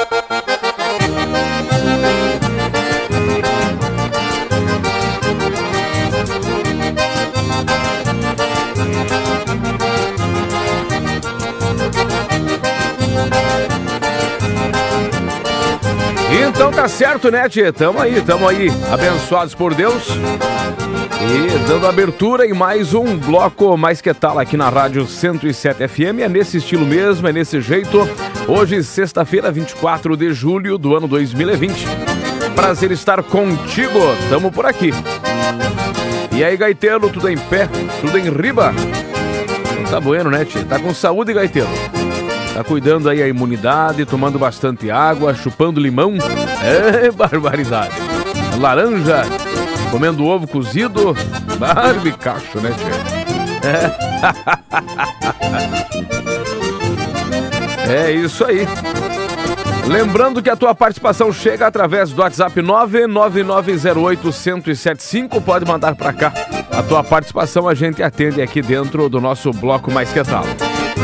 Então tá certo, né, tchê? Tamo aí, abençoados por Deus. E dando abertura em mais um bloco mais que tal aqui na Rádio 107 FM. É nesse estilo mesmo, é nesse jeito. Hoje, sexta-feira, 24 de julho do ano 2020. Prazer estar contigo, tamo por aqui. E aí, gaiteiro, tudo em pé, tudo em riba? Não tá bueno, né, tchê? Tá com saúde, gaiteiro? Tá cuidando aí a imunidade, tomando bastante água, chupando limão. É barbaridade. Laranja, comendo ovo cozido. Barbicacho, né, tchê? É isso aí. Lembrando que a tua participação chega através do WhatsApp 99908-1075. Pode mandar pra cá. A tua participação a gente atende aqui dentro do nosso bloco Mais Que Tal.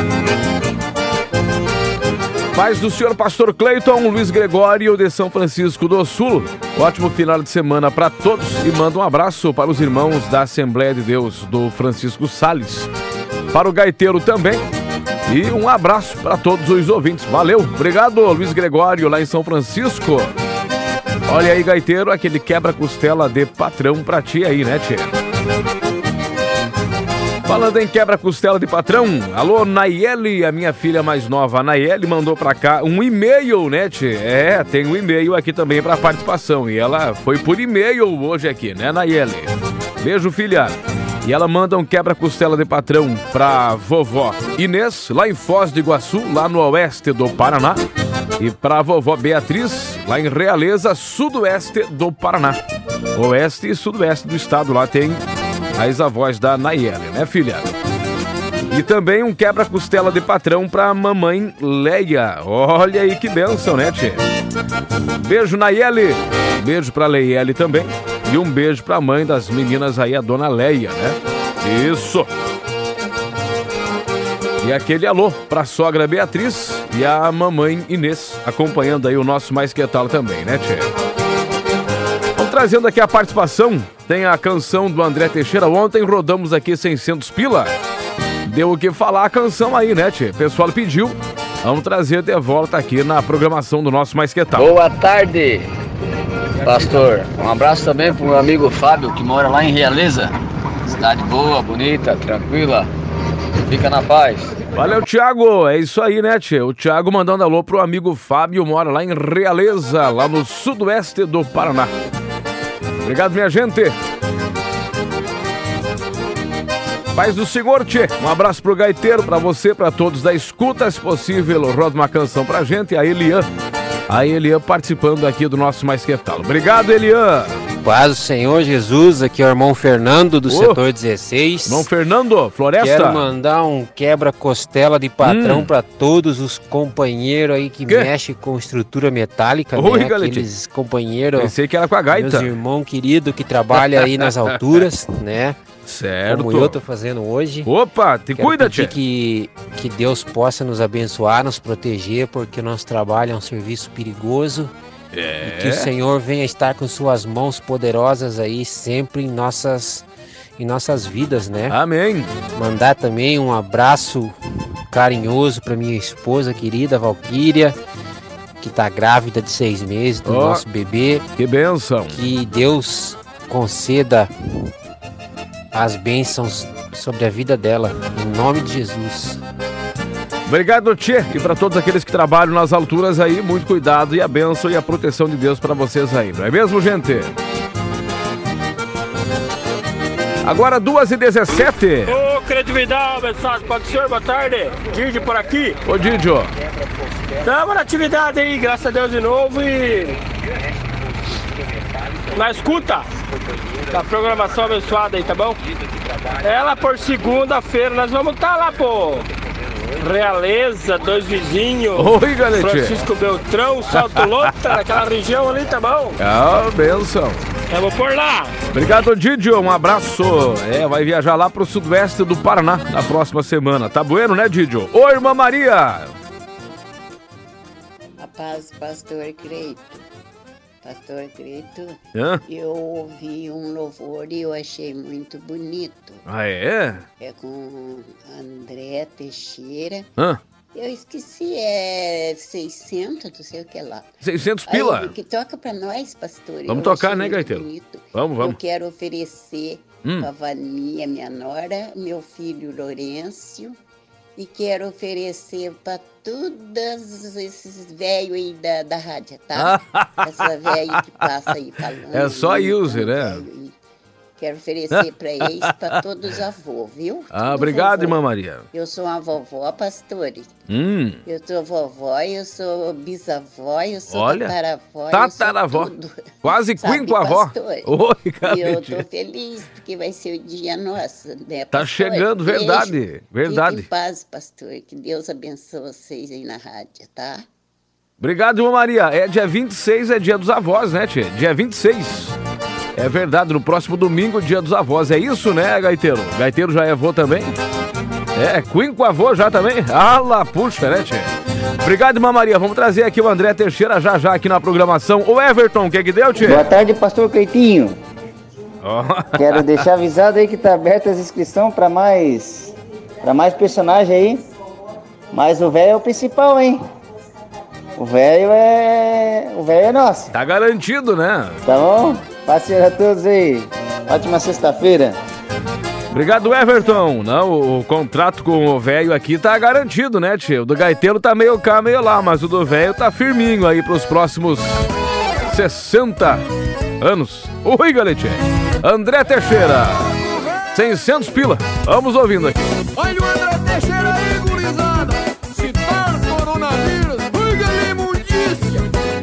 Paz do senhor pastor Cleiton, Luiz Gregório de São Francisco do Sul. Ótimo final de semana para todos e manda um abraço para os irmãos da Assembleia de Deus do Francisco Sales. Para o gaiteiro também. E um abraço para todos os ouvintes. Valeu, obrigado Luiz Gregório lá em São Francisco. Olha aí, gaiteiro, aquele quebra-costela de patrão pra ti aí, né, tchê? Falando em quebra-costela de patrão, alô, Nayeli, a minha filha mais nova. A Nayeli mandou pra cá um e-mail, né, tchê? É, tem um e-mail aqui também pra participação. E ela foi por e-mail hoje aqui, né, Nayeli? Beijo, filha. E ela manda um quebra-costela de patrão pra vovó Inês, lá em Foz do Iguaçu, lá no oeste do Paraná. E pra vovó Beatriz, lá em Realeza, sudoeste do Paraná. Oeste e sudoeste do estado, lá tem as avós da Nayeli, né, filha? E também um quebra-costela de patrão pra mamãe Leia. Olha aí que bênção, né, tchê? Beijo, Nayeli. Beijo pra Leiele também. E um beijo pra mãe das meninas aí, a dona Leia, né? Isso! E aquele alô pra sogra Beatriz e a mamãe Inês, acompanhando aí o nosso Mais Que Tal também, né, tchê? Vamos trazendo aqui a participação. Tem a canção do André Teixeira. Ontem rodamos aqui 600 pila. Deu o que falar a canção aí, né, tchê? O pessoal pediu. Vamos trazer de volta aqui na programação do nosso Mais Que Tal. Boa tarde, pastor. Um abraço também pro meu amigo Fábio, que mora lá em Realeza. Cidade boa, bonita, tranquila. Fica na paz. Valeu, Thiago. É isso aí, né, tchê? O Thiago mandando alô pro amigo Fábio, mora lá em Realeza, lá no sudoeste do Paraná. Obrigado, minha gente. Paz do Senhor, tchê. Um abraço pro gaiteiro, pra você, pra todos da escuta. Se possível, roda uma canção pra gente. A Elian participando aqui do nosso Mais Que Tal. Obrigado, Elian. Paz do Senhor Jesus, aqui é o irmão Fernando do setor 16. Irmão Fernando, Floresta. Quero mandar um quebra-costela de patrão para todos os companheiros aí que mexem com estrutura metálica. Oi, né? Aqueles companheiros. Pensei que era com a gaita. Meus irmãos queridos que trabalham aí nas alturas, né? Certo. Como eu tô fazendo hoje. Opa, te cuida, tia. Que Deus possa nos abençoar, nos proteger, porque o nosso trabalho é um serviço perigoso. E que o Senhor venha estar com suas mãos poderosas aí sempre em nossas vidas, né? Amém. Mandar também um abraço carinhoso para minha esposa querida, Valquíria, que tá grávida de 6 meses do nosso bebê. Que bênção. Que Deus conceda as bênçãos sobre a vida dela, em nome de Jesus. Obrigado, tchê, e para todos aqueles que trabalham nas alturas aí, muito cuidado e a bênção e a proteção de Deus para vocês aí, não é mesmo, gente? Agora 2h17. Ô, credibilidade, mensagem para o senhor, boa tarde. Didio por aqui. Ô, Didio. Estamos na atividade aí, graças a Deus de novo e... na escuta da programação abençoada aí, tá bom? Ela por segunda-feira, nós vamos estar lá, pô. Realeza, Dois Vizinhos. Oi, galera. Francisco Beltrão, Salto Lota, naquela região ali, tá bom? Ah, benção. Vamos por lá. Obrigado, Didio, um abraço. Vai viajar lá pro sudoeste do Paraná na próxima semana. Tá bueno, né, Didio? Oi, irmã Maria. A Paz, pastor Creito. Pastor Creito, eu ouvi um louvor e eu achei muito bonito. Ah, é? É com André Teixeira. Hã? Eu esqueci, é 600, não sei o que lá. 600 pila? Aí, que toca pra nós, pastor. Vamos tocar, né, Gaiteiro? Vamos. Eu quero oferecer pra Vania, minha nora, meu filho Lourenço, e quero oferecer pra todos esses velhos aí da rádio, tá? Essa velha que passa aí falando. É só user, né? Quero oferecer para eles, para todos os avôs, viu? Obrigado, irmã Maria. Eu sou uma vovó, pastor. Eu sou vovó, eu sou bisavó, eu sou tataravó. Tataravó. Eu sou tudo. Quase quinquavó. Oi, e eu tô feliz, porque vai ser o dia nosso, né, pastor? Tá chegando, verdade. Verdade. Fique em paz, pastor. Que Deus abençoe vocês aí na rádio, tá? Obrigado, irmã Maria. É dia 26, é dia dos avós, né, tia? Dia 26. É verdade, no próximo domingo, dia dos avós. É isso, né, Gaiteiro? Gaiteiro já é avô também? É, quinco avô já também? Ah lá, puxa, né, tia? Obrigado, irmã Maria. Vamos trazer aqui o André Teixeira já aqui na programação. O Everton, o que deu, tia? Boa tarde, pastor Cleitinho. Quero deixar avisado aí que tá aberta as inscrições para mais personagem aí. Mas o velho é o principal, hein? O velho é nosso. Tá garantido, né? Tá bom? Passeio a todos aí. Ótima sexta-feira. Obrigado, Everton. Não, o contrato com o velho aqui tá garantido, né, tio? O do Gaiteiro tá meio cá, meio lá, mas o do velho tá firminho aí pros próximos 60 anos. Oi, galetinha. André Teixeira. 600 pila. Vamos ouvindo aqui. Olha o André Teixeira aí, gurizada. Se tá coronavírus, liga imundícia.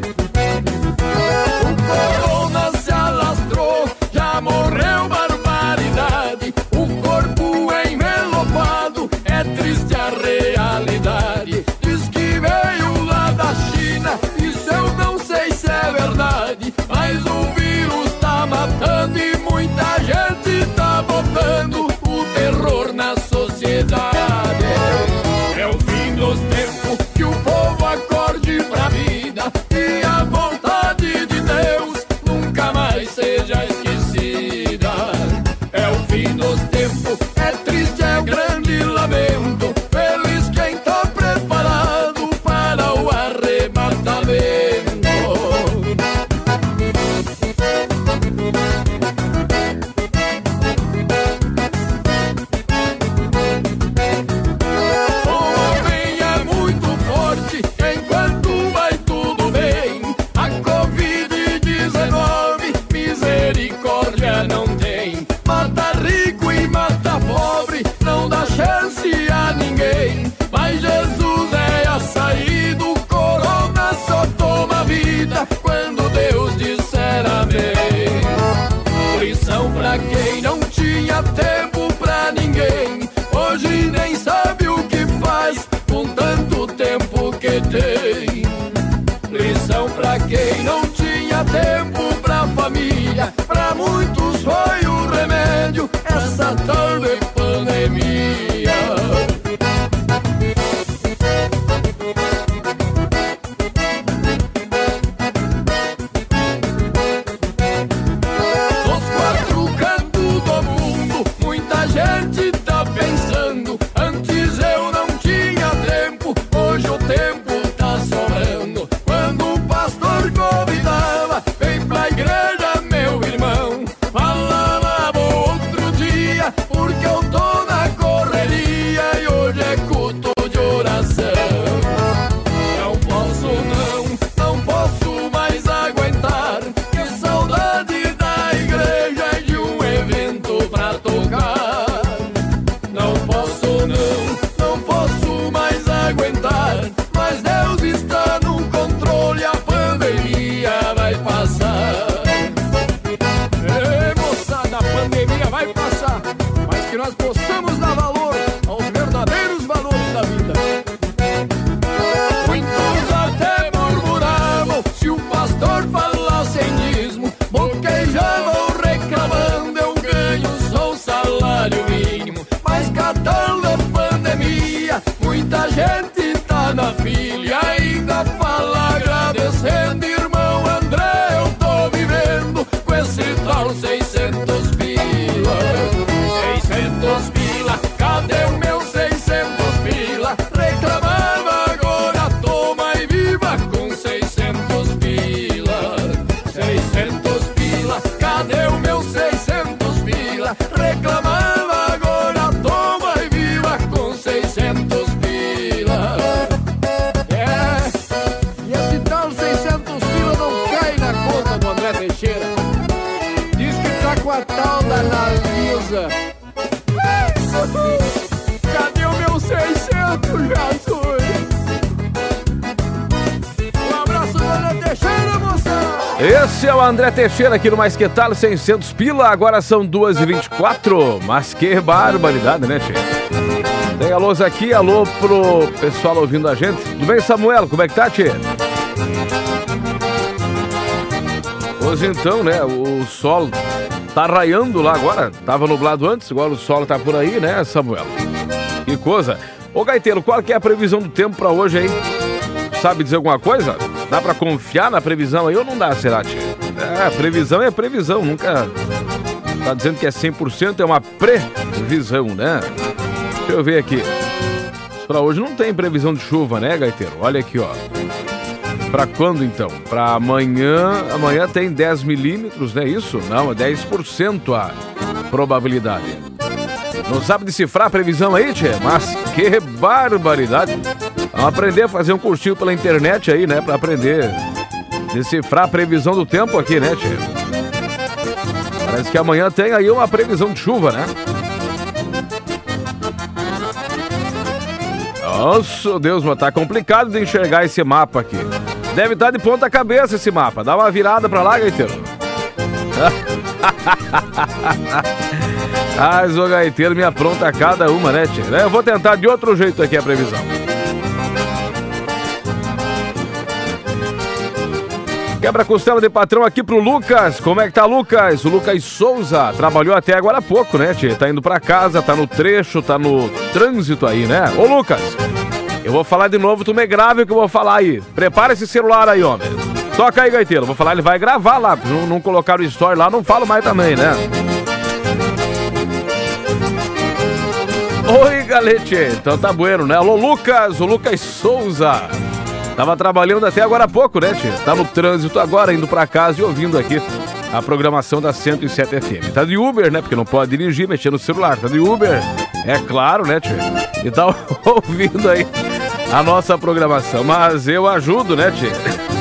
O corona se alastrou, já morreu barbaridade. O corpo é envelopado, é triste a realidade. Diz que veio lá da China, isso eu não sei se é verdade. Mas o vírus tá matando e muita gente tá botando o terror na sociedade. É o fim dos tempos, que o povo acorde pra vida e a vontade de Deus nunca mais seja esquecida. É o fim dos tempos, é triste, é grande lamento. Feliz quem tá preparado para o arrebatamento. Enquanto vai tudo bem, a Covid-19 misericórdia não tem. Mata rico e mata pobre, não dá chance a ninguém. Mas Jesus é a saída, o corona só toma vida quando Deus disser amém. Lição pra quem não tinha tempo pra ninguém, hoje nem sabe o que faz com tanto tempo que tem. Lição pra quem não tinha tempo pra família, pra muitos foi o remédio essa tal de pandemia. Dona Lisa. Cadê o meu 600, Jesus? Um abraço, Dona Teixeira, moção. Esse é o André Teixeira aqui no Mais Que Tal, 600 pila, agora são 2h24, mas que barbaridade, né, tia? Tem alôs aqui, alô pro pessoal ouvindo a gente. Tudo bem, Samuel? Como é que tá, tia? Hoje então, né, o sol tá raiando lá agora, tava nublado antes, agora o sol tá por aí, né, Samuel? Que coisa. Ô, Gaiteiro, qual que é a previsão do tempo pra hoje aí? Sabe dizer alguma coisa? Dá pra confiar na previsão aí ou não dá, será, tia? Previsão é previsão, nunca tá dizendo que é 100%, é uma previsão, né? Deixa eu ver aqui. Pra hoje não tem previsão de chuva, né, Gaiteiro? Olha aqui, ó. Pra quando, então? Pra amanhã. Amanhã tem 10 milímetros, não é isso? Não, é 10% a probabilidade. Não sabe decifrar a previsão aí, tia? Mas que barbaridade. Vamos aprender a fazer um cursinho pela internet aí, né? Pra aprender a decifrar a previsão do tempo aqui, né, tia? Parece que amanhã tem aí uma previsão de chuva, né? Nossa, Deus, mas tá complicado de enxergar esse mapa aqui. Deve estar de ponta cabeça esse mapa. Dá uma virada pra lá, Gaiteiro. Mas o Gaiteiro me apronta cada uma, né, tia? Eu vou tentar de outro jeito aqui a previsão. Quebra-costela de patrão aqui pro Lucas. Como é que tá, Lucas? O Lucas Souza trabalhou até agora há pouco, né, tia? Tá indo pra casa, tá no trecho, tá no trânsito aí, né? Ô, Lucas, eu vou falar de novo, tu me grave o que eu vou falar aí. Prepara esse celular aí, homem. Toca aí, Gaiteiro. Vou falar, ele vai gravar lá. Não colocar o story lá, não falo mais também, né? Oi, galete. Então tá bueno, né? Alô, Lucas, o Lucas Souza. Tava trabalhando até agora há pouco, né, tia? Tá no trânsito agora, indo pra casa e ouvindo aqui a programação da 107 FM. Tá de Uber, né? Porque não pode dirigir, mexer no celular. Tá de Uber, é claro, né, tia? E tá ouvindo aí a nossa programação. Mas eu ajudo, né, tia?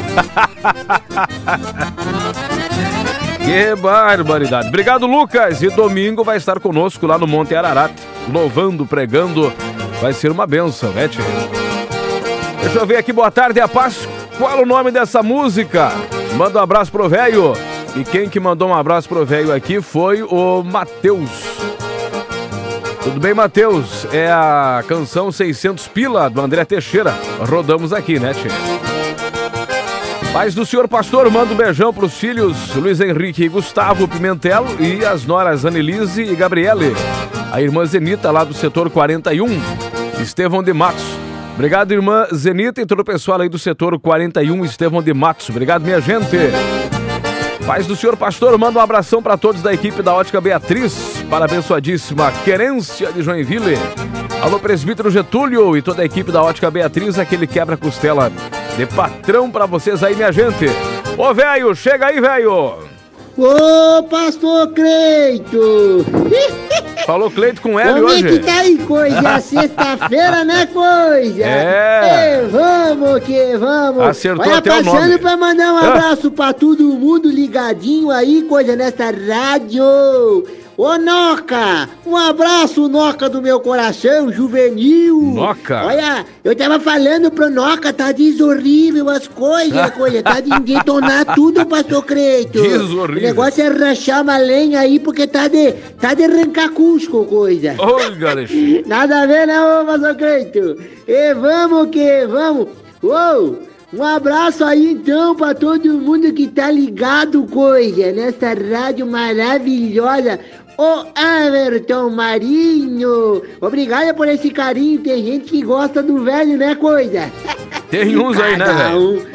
Que barbaridade. Obrigado, Lucas. E domingo vai estar conosco lá no Monte Ararat, louvando, pregando. Vai ser uma bênção, né, tia? Deixa eu ver aqui, boa tarde, a paz. Qual o nome dessa música? Manda um abraço pro velho. E quem que mandou um abraço pro velho aqui foi o Matheus. Tudo bem, Matheus? É a canção 600 pila do André Teixeira. Rodamos aqui, né, tia? Paz do senhor pastor, manda um beijão pros filhos Luiz Henrique e Gustavo Pimentel e as noras Annelise e Gabriele. A irmã Zenita lá do setor 41, Estevão de Matos. Obrigado, irmã Zenita e todo o pessoal aí do setor 41, Estevão de Matos. Obrigado, minha gente. Paz do senhor pastor, manda um abração para todos da equipe da Ótica Beatriz, para a abençoadíssima Querência de Joinville. Alô, presbítero Getúlio e toda a equipe da Ótica Beatriz, aquele quebra-costela de patrão para vocês aí, minha gente. Ô, velho, chega aí, velho. Ô, pastor Cleito! Falou Cleito com L hoje. Como é que tá aí, coisa? Sexta-feira, né, coisa? É. Vamos que vamos. Acertou. Olha, até o nome. passando pra mandar um abraço pra todo mundo ligadinho aí, coisa, nessa rádio. Ô, Noca, um abraço, Noca do meu coração, juvenil. Noca. Olha, eu tava falando pro Noca, tá desorrível as coisas, tá de detonar tudo, pastor Creito. Desorrível. O negócio é rachar uma lenha aí, porque tá de arrancar cusco, coisa. Oi, galera. Nada a ver, não, pastor Creito. E vamos que vamos. Uou. Um abraço aí então pra todo mundo que tá ligado, coisa, nessa rádio maravilhosa. Ô Everton Marinho, obrigado por esse carinho, tem gente que gosta do velho, né, coisa? Tem uns aí, né, velho?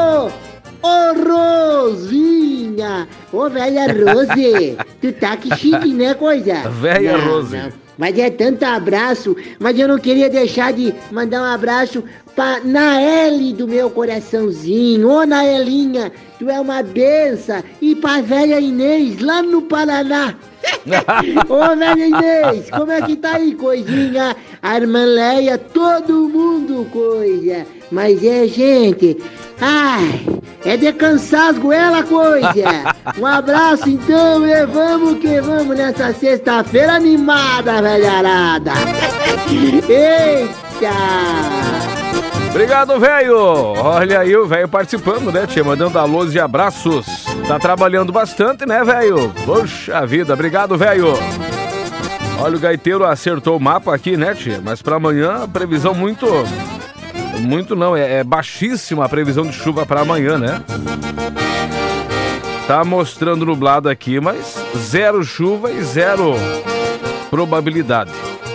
Ô Rosinha, ô velha Rose, tu tá que chique, né, coisa? Velha Rose. Não. Mas é tanto abraço, mas eu não queria deixar de mandar um abraço pra Naeli do meu coraçãozinho. Ô Naelinha, tu é uma benção. E pra velha Inês, lá no Paraná. Ô velha Inês, como é que tá aí, coisinha? A irmã Leia, todo mundo, coisa. Mas gente, Ai, é de cansaço ela coisa. Um abraço então e vamos que vamos nessa sexta-feira animada, velharada. Eita! Obrigado, velho. Olha aí o velho participando, né, tia? Mandando alôs e abraços. Tá trabalhando bastante, né, velho? Poxa vida, obrigado, velho. Olha, o gaiteiro acertou o mapa aqui, né, tia? Mas pra amanhã, a previsão muito não, é baixíssima a previsão de chuva pra amanhã, né? Tá mostrando nublado aqui, mas zero chuva e zero probabilidade.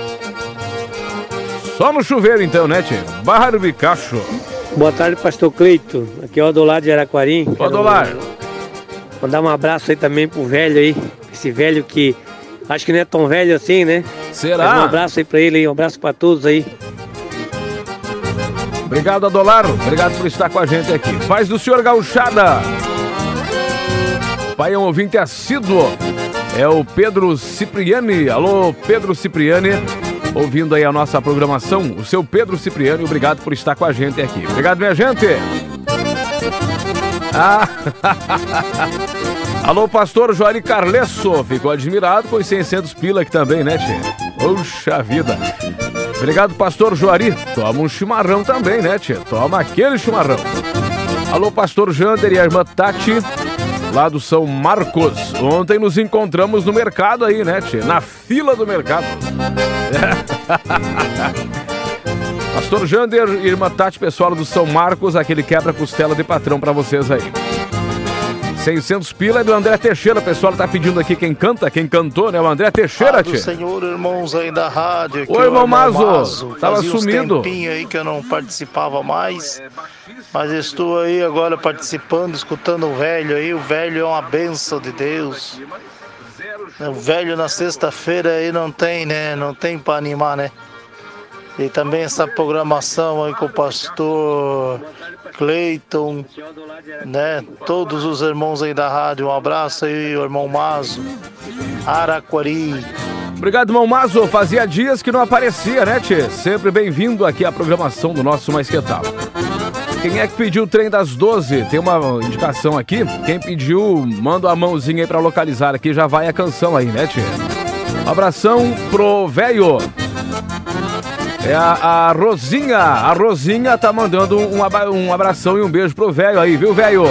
Só no chuveiro então, né, tia? Barbicacho. Boa tarde, pastor Cleito. Aqui é o Adolar de Araquari. Ô, Adolar. Vou dar um abraço aí também pro velho aí. Esse velho que acho que não é tão velho assim, né? Será? Mas um abraço aí pra ele aí, um abraço pra todos aí. Obrigado, Adolar. Obrigado por estar com a gente aqui. Paz do senhor Gauchada. Pai é um ouvinte assíduo. É o Pedro Cipriani. Alô, Pedro Cipriani. Ouvindo aí a nossa programação. O seu Pedro Cipriani, obrigado por estar com a gente aqui. Obrigado, minha gente. Alô, pastor Joari Carlesso. Ficou admirado com os 600 pila aqui também, né, tia? Poxa vida. Obrigado, pastor Joari. Toma um chimarrão também, né, tia? Toma aquele chimarrão. Alô, pastor Jander e a irmã Tati, lá do São Marcos. Ontem nos encontramos no mercado aí, né, tia? Na fila do mercado. Pastor Jander e irmã Tati, pessoal do São Marcos, aquele quebra-costela de patrão pra vocês aí. 600 pila é do André Teixeira, o pessoal tá pedindo aqui quem canta, quem cantou, né? O André Teixeira, tia. Senhor, irmãos aí da rádio. Oi, irmão Mazo. Tava sumido. Fazia uns tempinho aí que eu não participava mais, mas estou aí agora participando, escutando o velho aí. O velho é uma bênção de Deus. O velho na sexta-feira aí não tem, né? Não tem pra animar, né? E também essa programação aí com o pastor Cleiton, né? Todos os irmãos aí da rádio, um abraço aí, o irmão Mazo, Araquari. Obrigado, irmão Mazo. Fazia dias que não aparecia, né, tchê? Sempre bem-vindo aqui à programação do nosso Mais Que Tal. Quem é que pediu o trem das 12? Tem uma indicação aqui. Quem pediu, manda a mãozinha aí pra localizar aqui, já vai a canção aí, né, tchê? Abração pro velho. É a Rosinha. A Rosinha tá mandando um abração e um beijo pro velho aí, viu, velho?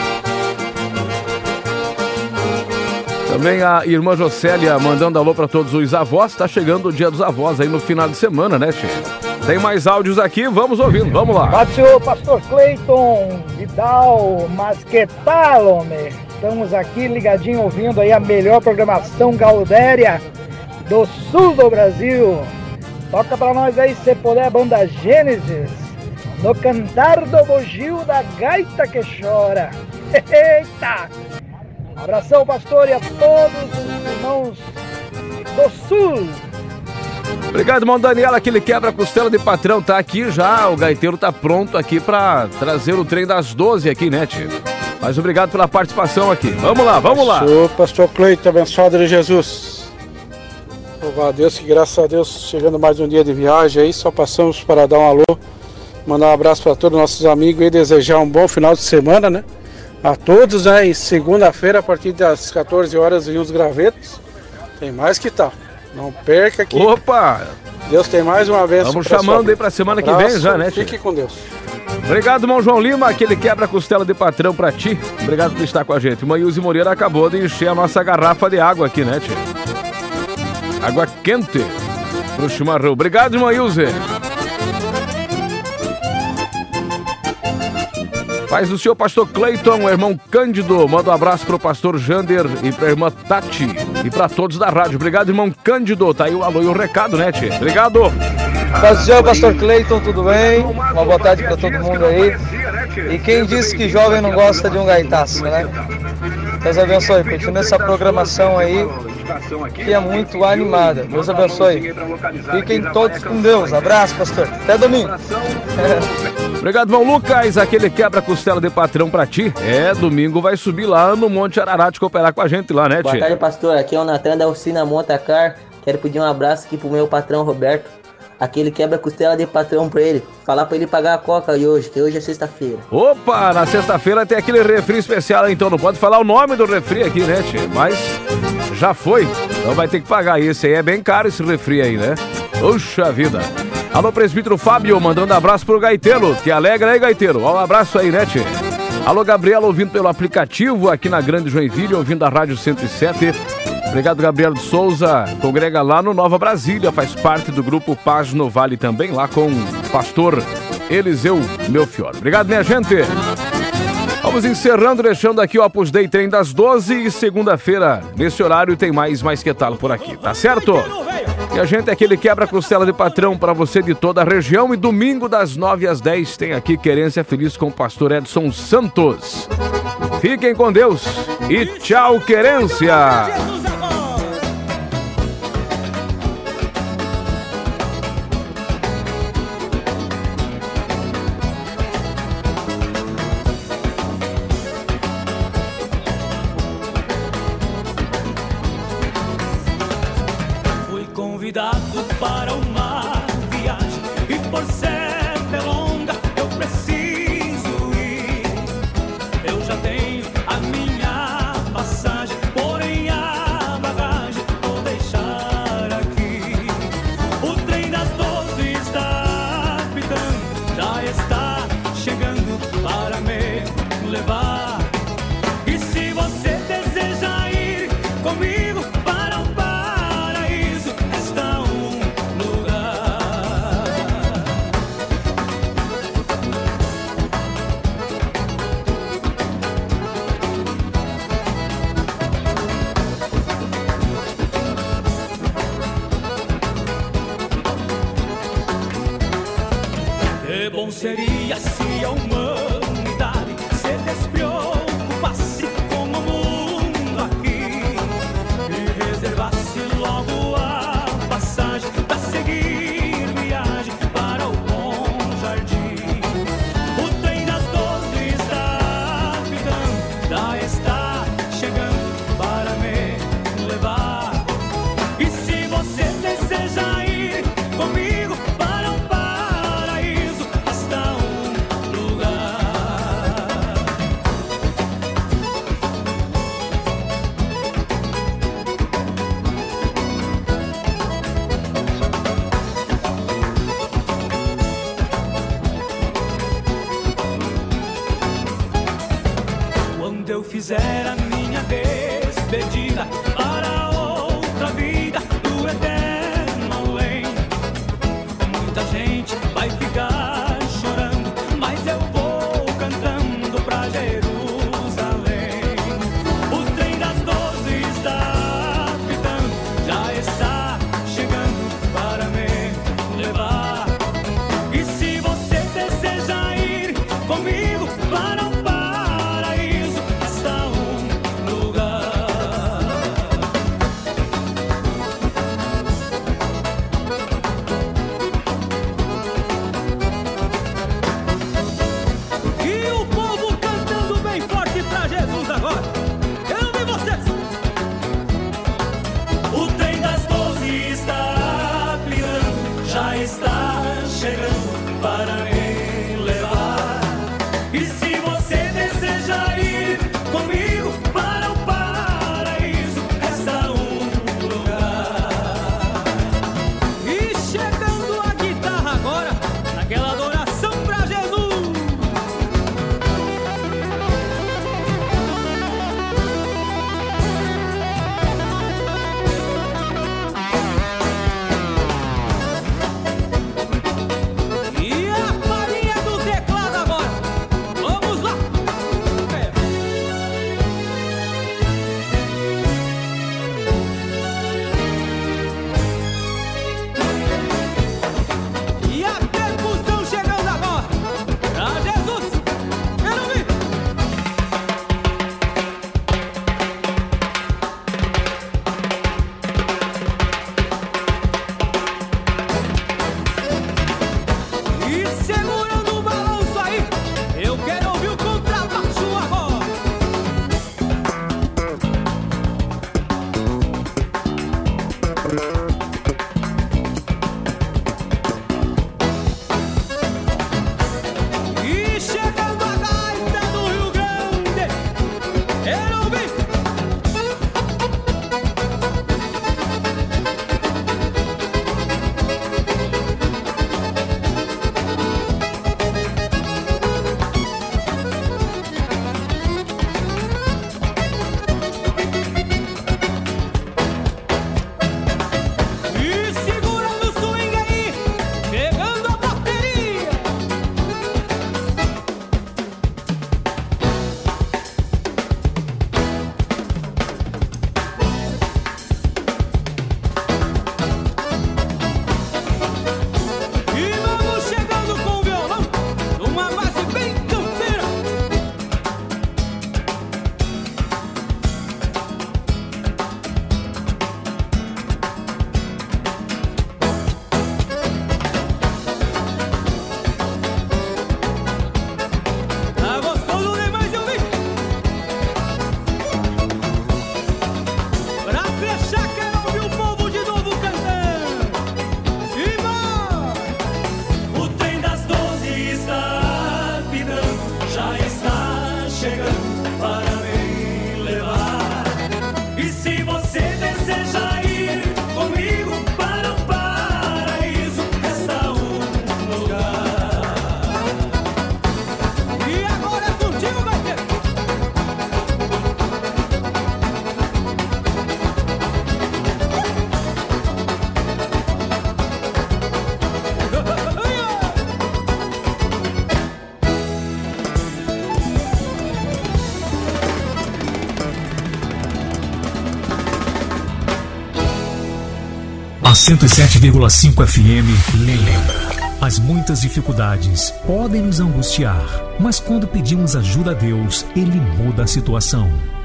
Também a irmã Jocélia mandando alô pra todos os avós. Tá chegando o dia dos avós aí no final de semana, né, tchê? Tem mais áudios aqui, vamos ouvindo, vamos lá. Pode ser o pastor Cleiton Vidal, mas que tal, homem? Estamos aqui ligadinho ouvindo aí a melhor programação gaudéria do sul do Brasil. Toca pra nós aí, se puder, a banda Gênesis, no cantar do bugio da gaita que chora. Eita! Abração, pastor, e a todos os irmãos do sul. Obrigado, irmão Daniela, aquele quebra-costela de patrão tá aqui já, o gaiteiro tá pronto aqui pra trazer o trem das 12 aqui, né, tio? Mas obrigado pela participação aqui. Vamos lá, vamos lá. Sou pastor Cleiton, abençoado de Jesus. Louvar a Deus, que graças a Deus, chegando mais um dia de viagem aí, só passamos para dar um alô, mandar um abraço para todos os nossos amigos e desejar um bom final de semana, né? A todos, né? E segunda-feira, a partir das 14 horas, em os gravetos, tem mais que tal. Não perca aqui. Opa! Deus tem mais uma vez. Vamos chamando aí pra semana que vem já, né, tio? Fique com Deus. Obrigado, irmão João Lima, aquele quebra-costela de patrão pra ti. Obrigado por estar com a gente. O Maílze Moreira acabou de encher a nossa garrafa de água aqui, né, tio? Água quente pro chimarrão. Obrigado, Maílze. Paz do senhor pastor Cleiton, irmão Cândido, manda um abraço pro pastor Jander e pra irmã Tati e pra todos da rádio. Obrigado, irmão Cândido, tá aí o alô e o recado, né, tchê? Obrigado. Paz do senhor pastor Cleiton, tudo bem? Uma boa tarde pra todo mundo aí. E quem disse que jovem não gosta de um gaitaço, né? Deus abençoe, continue essa programação aí, que é muito animada. Deus abençoe. Fiquem todos com Deus. Abraço, pastor. Até domingo. Obrigado, irmão Lucas, aquele quebra-costela de patrão pra ti. Domingo vai subir lá no Monte Ararat cooperar com a gente lá, né, tio? Boa tarde, pastor. Aqui é o Natan da Oficina Montacar. Quero pedir um abraço aqui pro meu patrão Roberto. aquele quebra-costela de patrão pra ele. Falar pra ele pagar a coca hoje, que hoje é sexta-feira. Opa, na sexta-feira tem aquele refri especial, então não pode falar o nome do refri aqui, né, tchê? Mas já foi, então vai ter que pagar esse aí. É bem caro esse refri aí, né? Puxa vida. Alô, presbítero Fábio, mandando abraço pro Gaiteiro. Te alegra aí, Gaiteiro. Um abraço aí, né, tchê? Alô, Gabriela, ouvindo pelo aplicativo aqui na Grande Joinville, ouvindo a Rádio 107. Obrigado, Gabriel de Souza. Congrega lá no Nova Brasília, faz parte do grupo Paz no Vale também, lá com o pastor Eliseu Melchior. Obrigado, minha gente. Vamos encerrando, deixando aqui o Opus Dei Trem das 12 e segunda-feira, nesse horário, tem mais que tal por aqui, tá certo? E a gente é aquele quebra-costela de patrão para você de toda a região. E domingo das 9 às 10 tem aqui Querência Feliz com o pastor Edson Santos. Fiquem com Deus e tchau, Querência! Convidado para uma viagem e por ser longa eu preciso ir. Eu já tenho a minha passagem, porém a bagagem vou deixar aqui. O trem das 12 está pitando, já está chegando para me levar. E se você deseja ir comigo para um paraíso, bom seria se a humanidade se despreocupasse com o mundo aqui e reservasse logo a passagem para seguir viagem para o bom jardim. O trem das 12 está pitando, já está chegando para me levar. E se você deseja ir comigo para um paraíso, quando eu fizer a minha despedida para outra vida do eterno além, muita gente vai ficar chorando, mas eu vou cantando pra Jerusalém. O trem das 12 está pitando, já está chegando para me levar. E se você deseja ir comigo para um paraíso, está um 107,5 FM lembra. As muitas dificuldades podem nos angustiar, mas quando pedimos ajuda a Deus, Ele muda a situação.